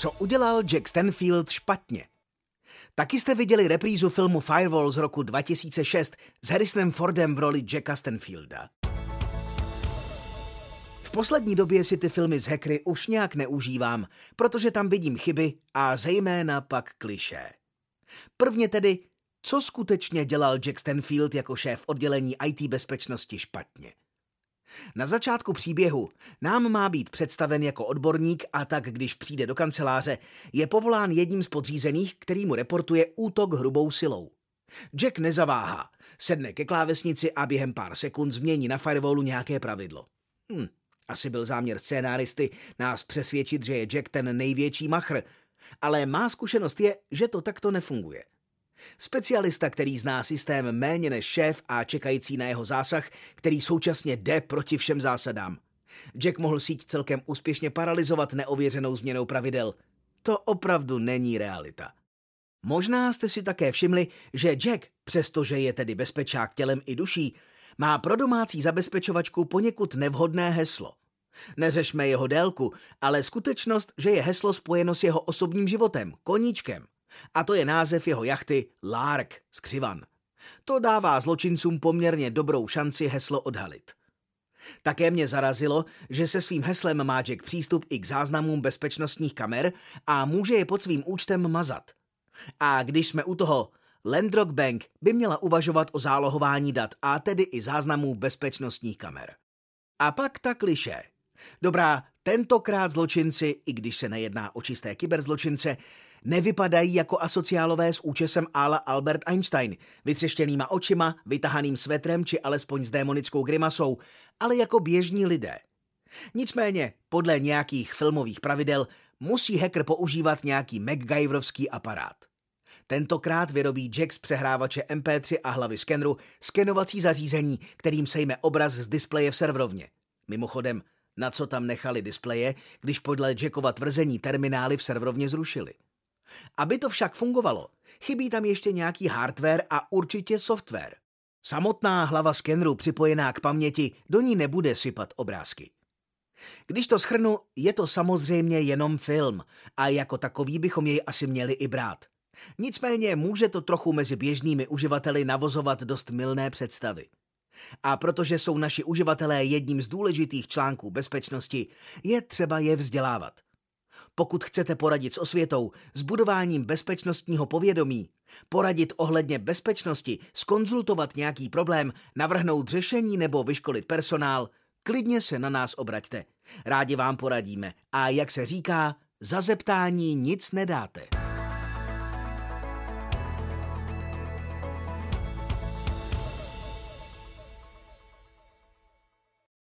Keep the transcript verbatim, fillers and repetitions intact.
Co udělal Jack Stanfield špatně? Taky jste viděli reprízu filmu Firewall z roku dva tisíce šest s Harrisonem Fordem v roli Jacka Stanfielda. V poslední době si ty filmy z hackery už nějak neužívám, protože tam vidím chyby a zejména pak klišé. Prvně tedy, co skutečně dělal Jack Stanfield jako šéf oddělení í té bezpečnosti špatně? Na začátku příběhu nám má být představen jako odborník a tak, když přijde do kanceláře, je povolán jedním z podřízených, který mu reportuje útok hrubou silou. Jack nezaváhá, sedne ke klávesnici a během pár sekund změní na firewallu nějaké pravidlo. Hm, asi byl záměr scénáristy nás přesvědčit, že je Jack ten největší machr, ale má zkušenost je, že to takto nefunguje. Specialista, který zná systém méně než šéf a čekající na jeho zásah, který současně jde proti všem zásadám. Jack mohl síť celkem úspěšně paralyzovat neověřenou změnou pravidel. To opravdu není realita. Možná jste si také všimli, že Jack, přestože je tedy bezpečák tělem i duší, má pro domácí zabezpečovačku poněkud nevhodné heslo. Neřešme jeho délku, ale skutečnost, že je heslo spojeno s jeho osobním životem, koníčkem. A to je název jeho jachty Lark, skřivan. To dává zločincům poměrně dobrou šanci heslo odhalit. Také mě zarazilo, že se svým heslem má Jack přístup i k záznamům bezpečnostních kamer a může je pod svým účtem mazat. A když jsme u toho, Landrock Bank by měla uvažovat o zálohování dat a tedy i záznamů bezpečnostních kamer. A pak ta klišé. Dobrá, tentokrát zločinci, i když se nejedná o čisté kyberzločince, nevypadají jako asociálové s účesem ála Albert Einstein, vytřeštěnýma očima, vytahaným svetrem či alespoň s démonickou grimasou, ale jako běžní lidé. Nicméně, podle nějakých filmových pravidel, musí hacker používat nějaký MacGyverovský aparát. Tentokrát vyrobí Jack z přehrávače em pé tři a hlavy skenru skenovací zařízení, kterým sejme obraz z displeje v serverovně. Mimochodem, na co tam nechali displeje, když podle Jackova tvrzení terminály v serverovně zrušili. Aby to však fungovalo, chybí tam ještě nějaký hardware a určitě software. Samotná hlava skenru připojená k paměti do ní nebude sypat obrázky. Když to shrnu, je to samozřejmě jenom film a jako takový bychom jej asi měli i brát. Nicméně může to trochu mezi běžnými uživateli navozovat dost mylné představy. A protože jsou naši uživatelé jedním z důležitých článků bezpečnosti, je třeba je vzdělávat. Pokud chcete poradit s osvětou, s budováním bezpečnostního povědomí, poradit ohledně bezpečnosti, zkonzultovat nějaký problém, navrhnout řešení nebo vyškolit personál, klidně se na nás obraťte. Rádi vám poradíme a jak se říká, za zeptání nic nedáte.